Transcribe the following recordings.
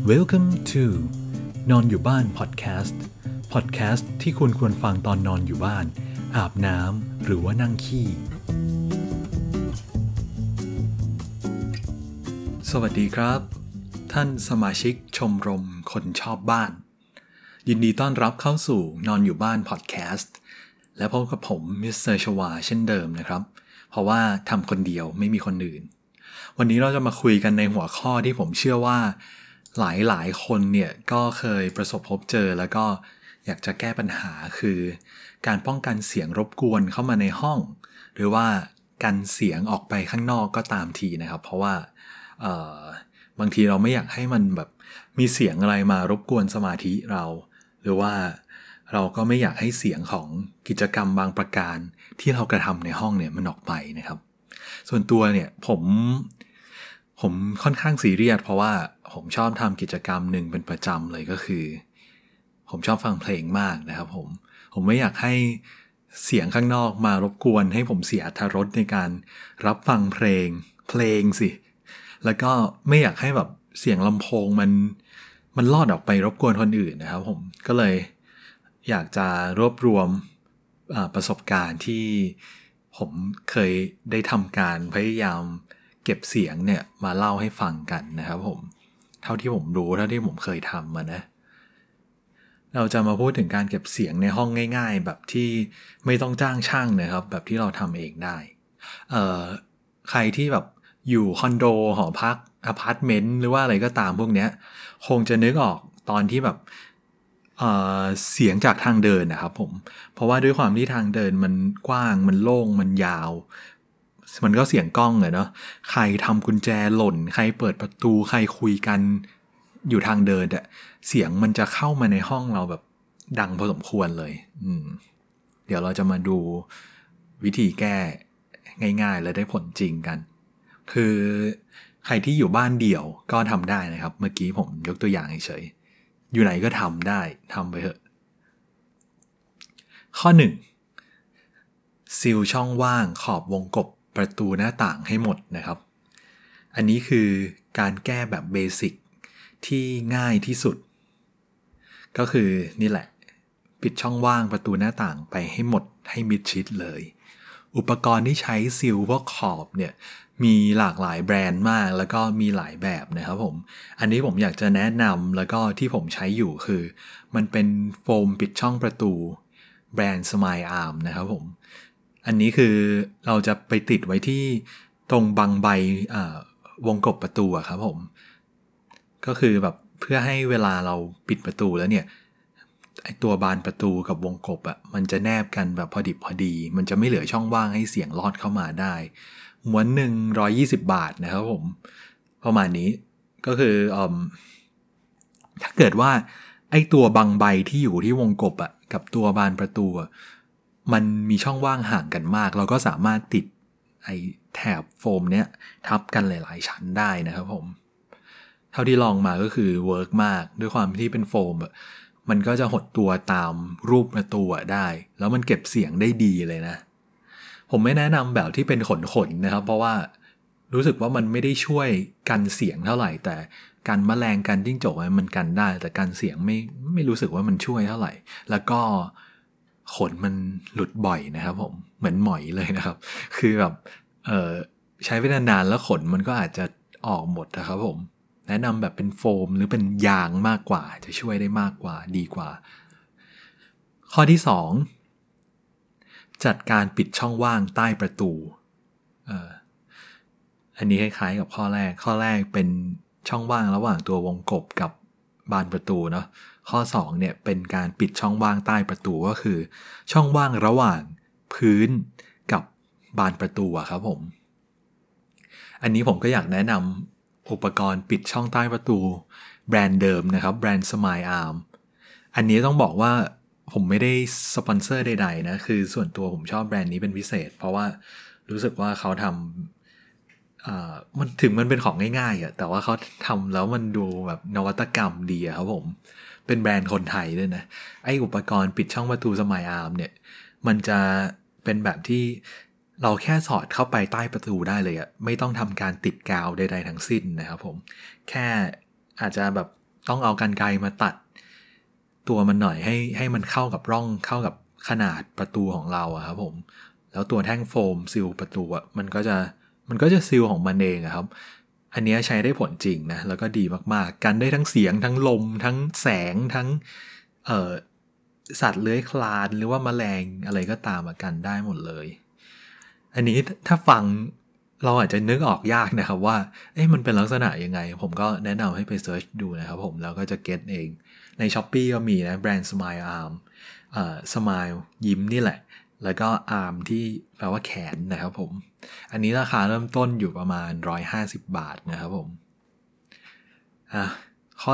Welcome to นอนอยู่บ้านพอดแคสต์ที่คุณควรฟังตอนนอนอยู่บ้านอาบน้ำหรือว่านั่งขี้สวัสดีครับท่านสมาชิกชมรมคนชอบบ้านยินดีต้อนรับเข้าสู่นอนอยู่บ้านพอดแคสต์และพบกับผมมิสเตอร์ชวาเช่นเดิมนะครับเพราะว่าทำคนเดียวไม่มีคนอื่นวันนี้เราจะมาคุยกันในหัวข้อที่ผมเชื่อว่าหลายคนเนี่ยก็เคยประสบพบเจอแล้วก็อยากจะแก้ปัญหาคือการป้องกันเสียงรบกวนเข้ามาในห้องหรือว่ากันเสียงออกไปข้างนอกก็ตามทีนะครับเพราะว่าบางทีเราไม่อยากให้มันแบบมีเสียงอะไรมารบกวนสมาธิเราหรือว่าเราก็ไม่อยากให้เสียงของกิจกรรมบางประการที่เรากระทำในห้องเนี่ยมันออกไปนะครับส่วนตัวเนี่ยผมค่อนข้างซีเรียสเพราะว่าผมชอบทำกิจกรรมหนึ่งเป็นประจำเลยก็คือผมชอบฟังเพลงมากนะครับผมไม่อยากให้เสียงข้างนอกมารบกวนให้ผมเสียอรรถรสในการรับฟังเพลงสิแล้วก็ไม่อยากให้แบบเสียงลำโพงมันลอดออกไปรบกวนคนอื่นนะครับผมก็เลยอยากจะรวบรวมประสบการณ์ที่ผมเคยได้ทำการพยายามเก็บเสียงเนี่ยมาเล่าให้ฟังกันนะครับผมเท่าที่ผมรู้เท่าที่ผมเคยทำมานะเราจะมาพูดถึงการเก็บเสียงในห้องง่ายๆแบบที่ไม่ต้องจ้างช่างนะครับแบบที่เราทำเองได้ใครที่แบบอยู่คอนโดหอพักอพาร์ตเมนต์หรือว่าอะไรก็ตามพวกเนี้ยคงจะนึกออกตอนที่แบบเสียงจากทางเดินนะครับผมเพราะว่าด้วยความที่ทางเดินมันกว้างมันโล่งมันยาวมันก็เสียงก้องเลยเนาะใครทำกุญแจหล่นใครเปิดประตูใครคุยกันอยู่ทางเดินเสียงมันจะเข้ามาในห้องเราแบบดังพอสมควรเลยเดี๋ยวเราจะมาดูวิธีแก้ง่ายๆและได้ผลจริงกันคือใครที่อยู่บ้านเดี่ยวก็ทำได้นะครับเมื่อกี้ผมยกตัวอย่างเฉยๆอยู่ไหนก็ทำได้ทำไปเถอะข้อ 1ซีลช่องว่างขอบวงกบประตูหน้าต่างให้หมดนะครับอันนี้คือการแก้แบบเบสิกที่ง่ายที่สุดก็คือนี่แหละปิดช่องว่างประตูหน้าต่างไปให้หมดให้มิดชิดเลยอุปกรณ์ที่ใช้ซีลพวกขอบเนี่ยมีหลากหลายแบรนด์มากแล้วก็มีหลายแบบนะครับผมอันนี้ผมอยากจะแนะนำแล้วก็ที่ผมใช้อยู่คือมันเป็นโฟมปิดช่องประตูแบรนด์ Smile Arm นะครับผมอันนี้คือเราจะไปติดไว้ที่ตรงบังใบวงกบประตูอะครับผมก็คือแบบเพื่อให้เวลาเราปิดประตูแล้วเนี่ยไอตัวบานประตูกับวงกบอะมันจะแนบกันแบบพอดิบพอดีมันจะไม่เหลือช่องว่างให้เสียงลอดเข้ามาได้ม้วนหนึ่ง120 บาทนะครับผมประมาณนี้ก็คือถ้าเกิดว่าไอตัวบังใบที่อยู่ที่วงกบอะกับตัวบานประตูอะมันมีช่องว่างห่างกันมากเราก็สามารถติดไอแถบโฟมเนี้ยทับกันหลายๆชั้นได้นะครับผมเท่าที่ลองมาก็คือเวิร์กมากด้วยความที่เป็นโฟมมันก็จะหดตัวตามรูปประตูได้แล้วมันเก็บเสียงได้ดีเลยนะผมไม่แนะนำแบบที่เป็นขนนะครับเพราะว่ารู้สึกว่ามันไม่ได้ช่วยกันเสียงเท่าไหร่แต่กันแมลงกันจิ้งจกมันกันได้แต่กันเสียงไม่รู้สึกว่ามันช่วยเท่าไหร่แล้วก็ขนมันหลุดบ่อยนะครับผมเหมือนหมอยเลยนะครับคือแบบใช้ไปนานๆแล้วขนมันก็อาจจะออกหมดนะครับผมแนะนำแบบเป็นโฟมหรือเป็นยางมากกว่าจะช่วยได้มากกว่าดีกว่าข้อที่ 2จัดการปิดช่องว่างใต้ประตูอันนี้คล้ายๆกับข้อแรกเป็นช่องว่างระหว่างตัววงกบกับบานประตูเนาะข้อ2เนี่ยเป็นการปิดช่องว่างใต้ประตูก็คือช่องว่างระหว่างพื้นกับบานประตูครับผมอันนี้ผมก็อยากแนะนำอุปกรณ์ปิดช่องใต้ประตูแบรนด์เดิมนะครับแบรนด์ Smile Arm อันนี้ต้องบอกว่าผมไม่ได้สปอนเซอร์ใดๆนะคือส่วนตัวผมชอบแบรนด์นี้เป็นพิเศษเพราะว่ารู้สึกว่าเขาทำมันถึงมันเป็นของง่ายๆแต่ว่าเขาทำแล้วมันดูแบบนวัตกรรมดีครับผมเป็นแบรนด์คนไทยด้วยนะไออุปกรณ์ปิดช่องประตู Smile Arm เนี่ยมันจะเป็นแบบที่เราแค่สอดเข้าไปใต้ประตูได้เลยไม่ต้องทำการติดกาวใดๆทั้งสิ้นนะครับผมแค่อาจจะแบบต้องเอากรรไกรมาตัดตัวมันหน่อยให้มันเข้ากับร่องเข้ากับขนาดประตูของเราอะครับผมแล้วตัวแท่งโฟมซีลประตูอะมันก็จะซีลของมันเองอะครับอันนี้ใช้ได้ผลจริงนะแล้วก็ดีมากๆกันได้ทั้งเสียงทั้งลมทั้งแสงทั้งสัตว์เลื้อยคลานหรือว่าแมลงอะไรก็ตามกันได้หมดเลยอันนี้ถ้าฟังเราอาจจะนึกออกยากนะครับว่ามันเป็นลักษณะยังไงผมก็แนะนำให้ไปเซิร์ชดูนะครับผมแล้วก็จะเก็ตเองใน Shopee ก็มีนะแบรนด์ Smile Arm Smile ยิ้มนี่แหละแล้วก็ Arm ที่แปลว่าแขนนะครับผมอันนี้ราคาเริ่มต้นอยู่ประมาณ150 บาทนะครับผมข้อ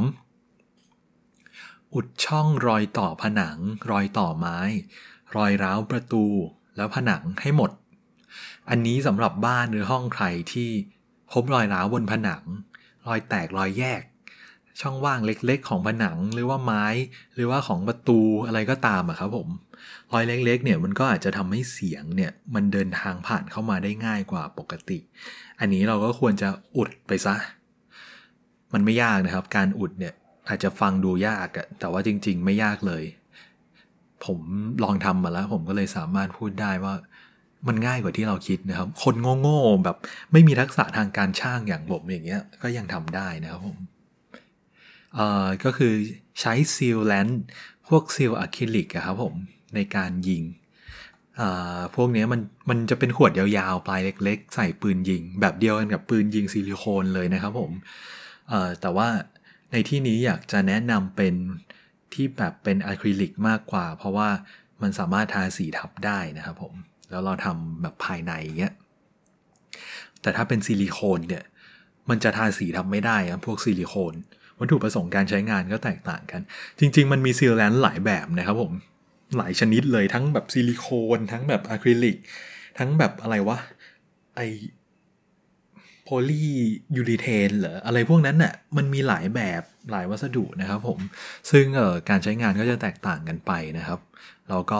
3อุดช่องรอยต่อผนังรอยต่อไม้รอยร้าวประตูแล้วผนังให้หมดอันนี้สำหรับบ้านหรือห้องใครที่พบรอยร้าวบนผนังรอยแตกรอยแยกช่องว่างเล็กๆของผนังหรือว่าไม้หรือว่าของประตูอะไรก็ตามอะครับผมรอยเล็กๆเนี่ยมันก็อาจจะทำให้เสียงเนี่ยมันเดินทางผ่านเข้ามาได้ง่ายกว่าปกติอันนี้เราก็ควรจะอุดไปซะมันไม่ยากนะครับการอุดเนี่ยอาจจะฟังดูยากอะแต่ว่าจริงๆไม่ยากเลยผมลองทำมาแล้วผมก็เลยสามารถพูดได้ว่ามันง่ายกว่าที่เราคิดนะครับคนโง่ๆแบบไม่มีทักษะทางการช่างอย่างผมอย่างเงี้ยก็ยังทำได้นะครับผมก็คือใช้ซีลแลนด์พวกซีลอะคริลิกอะครับผมในการยิงพวกนี้มันจะเป็นขวดยาวๆปลายเล็กๆใส่ปืนยิงแบบเดียวกันกับปืนยิงซิลิโคนเลยนะครับผมแต่ว่าในที่นี้อยากจะแนะนำเป็นที่แบบเป็นอะคริลิกมากกว่าเพราะว่ามันสามารถทาสีทับได้นะครับผมแล้วเราทำแบบภายในเงี้ยแต่ถ้าเป็นซิลิโคนเนี่ยมันจะทาสีทับไม่ได้ครับพวกซิลิโคนวัตถุประสงค์การใช้งานก็แตกต่างกันจริงๆมันมีซีลแลนด์หลายแบบนะครับผมหลายชนิดเลยทั้งแบบซิลิโคนทั้งแบบอะคริลิกทั้งแบบอะไรวะโพลียูรีเทนเหรออะไรพวกนั้นน่ะมันมีหลายแบบหลายวัสดุนะครับผมซึ่งการใช้งานก็จะแตกต่างกันไปนะครับแล้วก็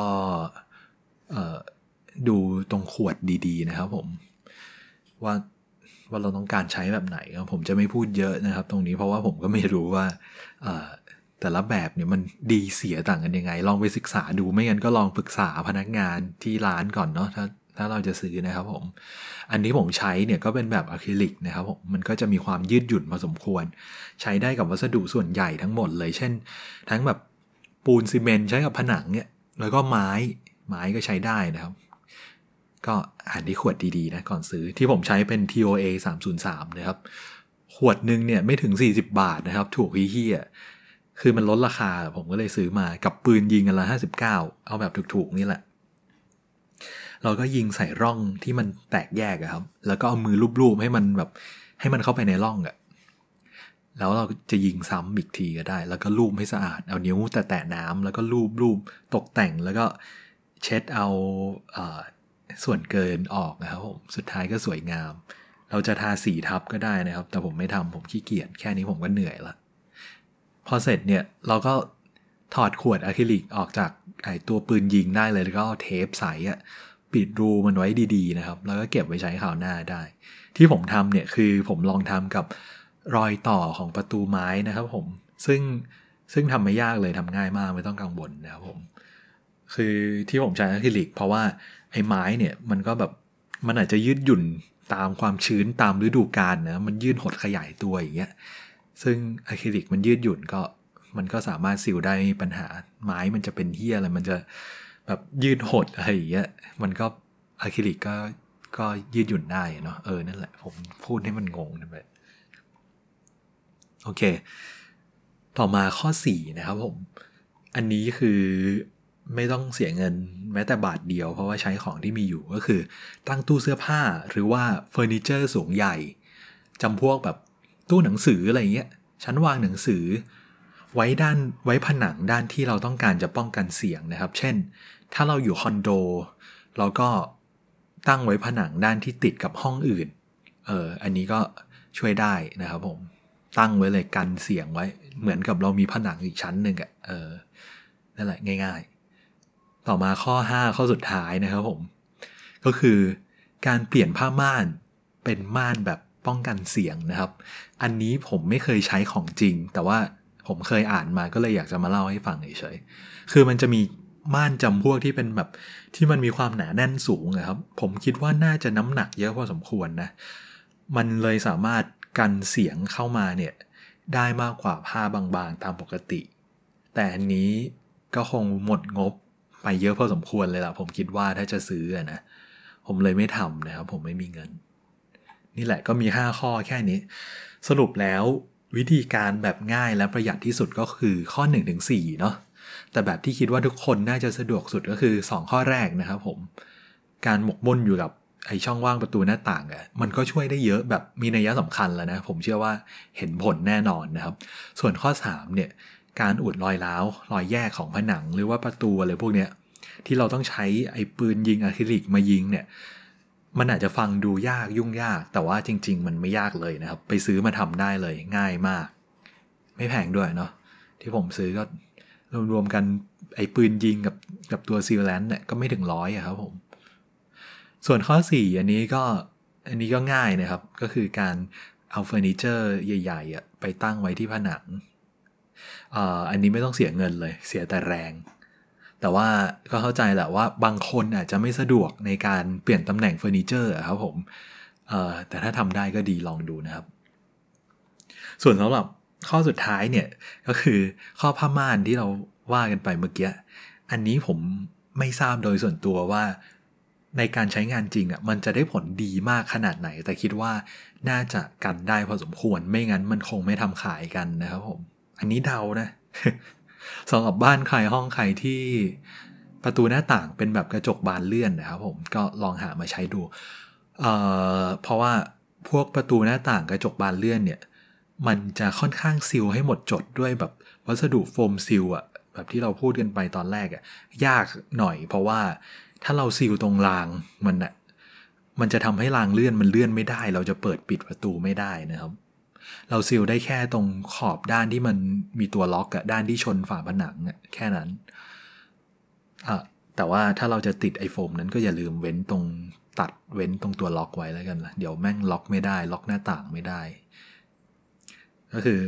ดูตรงขวดดีๆนะครับผมว่าเราต้องการใช้แบบไหนผมจะไม่พูดเยอะนะครับตรงนี้เพราะว่าผมก็ไม่รู้ว่าแต่ละแบบเนี่ยมันดีเสียต่างกันยังไงลองไปศึกษาดูไม่งั้นก็ลองปรึกษาพนักงานที่ร้านก่อนเนาะถ้าเราจะซื้อนะครับผมอันนี้ผมใช้เนี่ยก็เป็นแบบอะคริลิกนะครับผมมันก็จะมีความยืดหยุ่นพอสมควรใช้ได้กับวัสดุส่วนใหญ่ทั้งหมดเลยเช่นทั้งแบบปูนซีเมนต์ใช้กับผนังเนี่ยแล้วก็ไม้ก็ใช้ได้นะครับก็อ่านที่ขวดดีๆนะก่อนซื้อที่ผมใช้เป็น TOA 303นะครับขวดนึงเนี่ยไม่ถึง40 บาทนะครับถูกเหี้ยคือมันลดราคาผมก็เลยซื้อมากับปืนยิงกันละ59เอาแบบถูกๆนี่แหละเราก็ยิงใส่ร่องที่มันแตกแยกอะครับแล้วก็เอามือลูบๆให้มันเข้าไปในร่องอะแล้วเราจะยิงซ้ำอีกทีก็ได้แล้วก็ลูบให้สะอาดเอานิ้วแตะน้ำแล้วก็ลูบตกแต่งแล้วก็เช็ดเอาส่วนเกินออกนะครับผมสุดท้ายก็สวยงามเราจะทาสีทับก็ได้นะครับแต่ผมไม่ทำผมขี้เกียจแค่นี้ผมก็เหนื่อยละพอเสร็จเนี่ยเราก็ถอดขวดอะคริลิกออกจากตัวปืนยิงได้เลยแล้วก็เทปใสปิดรูมันไว้ดีๆนะครับแล้วก็เก็บไว้ใช้คราวหน้าได้ที่ผมทำเนี่ยคือผมลองทำกับรอยต่อของประตูไม้นะครับผมซึ่งทำไม่ยากเลยทำง่ายมากไม่ต้องกังวลนะครับผมคือที่ผมใช้อะคริลิกเพราะว่าไอ้ไม้เนี่ยมันก็แบบมันอาจจะยืดหยุ่นตามความชื้นตามฤดูกาลนะมันยืดหดขยายตัวอย่างเงี้ยซึ่งอะคริลิกมันยืดหยุ่นมันก็สามารถซีลได้ไม่มีปัญหาไม้มันจะเป็นเหี้ยอะไรมันจะแบบยืดหดอะไรอย่างเงี้ยมันก็อะคริลิกก็ยืดหยุ่นได้เนาะนั่นแหละผมพูดให้มันงงนะแบบโอเคต่อมาข้อ4นะครับผมอันนี้คือไม่ต้องเสียเงินแม้แต่บาทเดียวเพราะว่าใช้ของที่มีอยู่ก็คือตั้งตู้เสื้อผ้าหรือว่าเฟอร์นิเจอร์สูงใหญ่จำพวกแบบตู้หนังสืออะไรเงี้ยชั้นวางหนังสือไว้ผนังด้านที่เราต้องการจะป้องกันเสียงนะครับเช่นถ้าเราอยู่คอนโดเราก็ตั้งไว้ผนังด้านที่ติดกับห้องอื่นอันนี้ก็ช่วยได้นะครับผมตั้งไว้เลยกันเสียงไว้เหมือนกับเรามีผนังอีกชั้นหนึ่งนั่นแหละง่ายๆต่อมาข้อ5ข้อสุดท้ายนะครับผมก็คือการเปลี่ยนผ้าม่านเป็นม่านแบบป้องกันเสียงนะครับอันนี้ผมไม่เคยใช้ของจริงแต่ว่าผมเคยอ่านมาก็เลยอยากจะมาเล่าให้ฟังเฉยๆคือมันจะมีม่านจำพวกที่เป็นแบบที่มันมีความหนาแน่นสูงนะครับผมคิดว่าน่าจะน้ำหนักเยอะพอสมควรนะมันเลยสามารถกันเสียงเข้ามาเนี่ยได้มากกว่าผ้าบางๆตามปกติแต่อันนี้ก็คงหมดงบไปเยอะพอสมควรเลยล่ะผมคิดว่าถ้าจะซื้อนะผมเลยไม่ทำนะครับผมไม่มีเงินนี่แหละก็มี5ข้อแค่นี้สรุปแล้ววิธีการแบบง่ายและประหยัดที่สุดก็คือข้อ 1-4 เนาะแต่แบบที่คิดว่าทุกคนน่าจะสะดวกสุดก็คือ2ข้อแรกนะครับผมการหมกมุ่นอยู่กับไอ้ช่องว่างประตูหน้าต่างอ่ะมันก็ช่วยได้เยอะแบบมีนัยสำคัญแล้วนะผมเชื่อว่าเห็นผลแน่นอนนะครับส่วนข้อ3เนี่ยการอุดรอยร้าวรอยแยกของผนังหรือว่าประตูอะไรพวกเนี้ยที่เราต้องใช้ไอ้ปืนยิงอะคริลิกมายิงเนี่ยมันอาจจะฟังดูยากยุ่งยากแต่ว่าจริงๆมันไม่ยากเลยนะครับไปซื้อมาทำได้เลยง่ายมากไม่แพงด้วยเนาะที่ผมซื้อก็รวมๆกันไอ้ปืนยิงกับตัวซีลแลนด์เนี่ยก็ไม่ถึง100อะครับผมส่วนข้อ4อันนี้ก็ง่ายนะครับก็คือการเอาเฟอร์นิเจอร์ใหญ่ๆไปตั้งไว้ที่ผนังอันนี้ไม่ต้องเสียเงินเลยเสียแต่แรงแต่ว่าก็เข้าใจแหละว่าบางคนอาจจะไม่สะดวกในการเปลี่ยนตำแหน่งเฟอร์นิเจอร์ครับผมแต่ถ้าทำได้ก็ดีลองดูนะครับส่วนสำหรับข้อสุดท้ายเนี่ยก็คือข้อผ้าม่านที่เราว่ากันไปเมื่อกี้อันนี้ผมไม่ทราบโดยส่วนตัวว่าในการใช้งานจริงอ่ะมันจะได้ผลดีมากขนาดไหนแต่คิดว่าน่าจะกันได้พอสมควรไม่งั้นมันคงไม่ทำขายกันนะครับผมอันนี้เดานะ สำหรับบ้านใครห้องใครที่ประตูหน้าต่างเป็นแบบกระจกบานเลื่อนนะครับผมก็ลองหามาใช้ดูเพราะว่าพวกประตูหน้าต่างกระจกบานเลื่อนเนี่ยมันจะค่อนข้างซีลให้หมดจดด้วยแบบวัสดุโฟมซีลอะแบบที่เราพูดกันไปตอนแรกอะยากหน่อยเพราะว่าถ้าเราซีลตรงรางมันจะทำให้รางเลื่อนมันเลื่อนไม่ได้เราจะเปิดปิดประตูไม่ได้นะครับเราซีลได้แค่ตรงขอบด้านที่มันมีตัวล็อกอะด้านที่ชนฝาผนังอะแค่นั้นแต่ว่าถ้าเราจะติดไอโฟมนั้นก็อย่าลืมเว้นตรงตัวล็อกไว้แล้วกันนะเดี๋ยวแม่งล็อกไม่ได้ล็อกหน้าต่างไม่ได้ก็คือ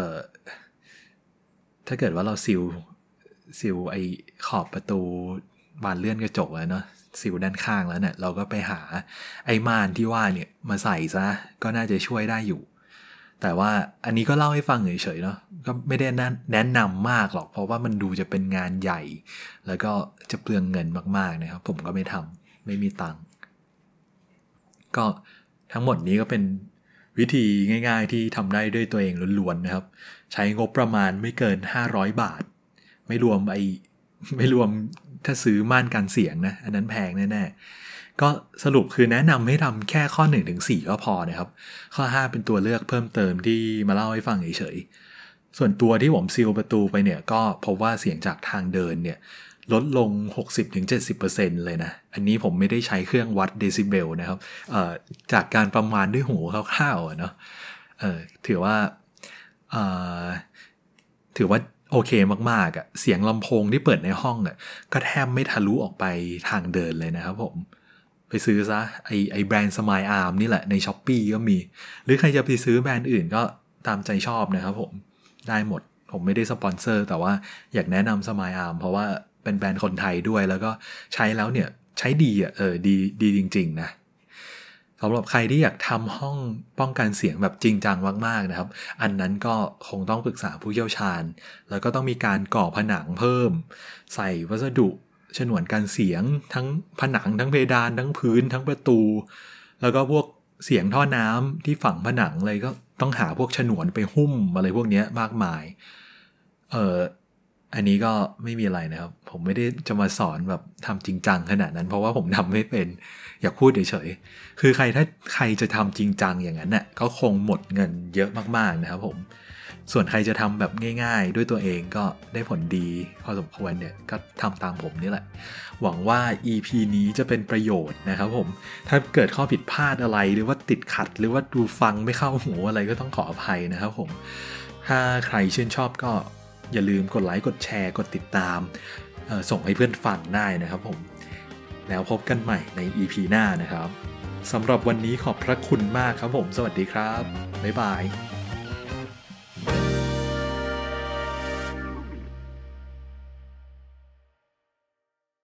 ถ้าเกิดว่าเราซิลไอขอบประตูบานเลื่อนกระจกแล้วเนาะซิลด้านข้างแล้วเนี่ยเราก็ไปหาไอ้ม่านที่ว่าเนี่ยมาใส่ซะก็น่าจะช่วยได้อยู่แต่ว่าอันนี้ก็เล่าให้ฟังเฉยๆเนาะก็ไม่ได้แนะนำมากหรอกเพราะว่ามันดูจะเป็นงานใหญ่แล้วก็จะเปลืองเงินมากๆนะครับผมก็ไม่ทำไม่มีตังค์ก็ทั้งหมดนี้ก็เป็นวิธีง่ายๆที่ทำได้ด้วยตัวเองล้วนๆนะครับใช้งบประมาณไม่เกิน500 บาทไม่รวมถ้าซื้อม่านกันเสียงนะอันนั้นแพงแน่ๆก็สรุปคือแนะนำให้ทำแค่ข้อ 1-4 ก็พอนะครับข้อ5เป็นตัวเลือกเพิ่มเติมที่มาเล่าให้ฟังเฉยๆส่วนตัวที่ผมซีลประตูไปเนี่ยก็พบว่าเสียงจากทางเดินเนี่ยลดลง 60-70% เลยนะอันนี้ผมไม่ได้ใช้เครื่องวัดเดซิเบลนะครับจากการประมาณด้วยหูคร่าวๆเนาะถือว่าโอเคมากๆอ่ะเสียงลำโพงที่เปิดในห้องอ่ะก็แทบไม่ทะลุออกไปทางเดินเลยนะครับผมไปซื้อซะไอแบรนด์ Smile Arm นี่แหละใน Shopee ก็มีหรือใครจะไปซื้อแบรนด์อื่นก็ตามใจชอบนะครับผมได้หมดผมไม่ได้สปอนเซอร์แต่ว่าอยากแนะนำ Smile Arm เพราะว่าเป็นแบรนด์คนไทยด้วยแล้วก็ใช้แล้วเนี่ยใช้ดีอ่ะดีจริงๆนะสำหรับใครที่อยากทำห้องป้องกันเสียงแบบจริงจังมากๆนะครับอันนั้นก็คงต้องปรึกษาผู้เชี่ยวชาญแล้วก็ต้องมีการก่อผนังเพิ่มใส่วัสดุฉนวนกันเสียงทั้งผนังทั้งเพดานทั้งพื้นทั้งประตูแล้วก็พวกเสียงท่อน้ำที่ฝังผนังเลยก็ต้องหาพวกฉนวนไปหุ้มอะไรพวกนี้มากมายอันนี้ก็ไม่มีอะไรนะครับผมไม่ได้จะมาสอนแบบทำจริงจังขนาดนั้นเพราะว่าผมทำไม่เป็นอยากพูดเฉยๆคือถ้าใครจะทำจริงจังอย่างนั้นน่ะก็คงหมดเงินเยอะมากๆนะครับผมส่วนใครจะทำแบบง่ายๆด้วยตัวเองก็ได้ผลดีพอสมควรเนี่ยก็ทำตามผมนี่แหละหวังว่า EP นี้จะเป็นประโยชน์นะครับผมถ้าเกิดข้อผิดพลาดอะไรหรือว่าติดขัดหรือว่าดูฟังไม่เข้าหูอะไรก็ต้องขออภัยนะครับผมถ้าใครชื่นชอบก็อย่าลืมกดไลค์กดแชร์กดติดตามส่งให้เพื่อนฟังได้นะครับผมแล้วพบกันใหม่ใน EP หน้านะครับสำหรับวันนี้ขอบพระคุณมากครับผมสวัสดีครับบ๊ายบาย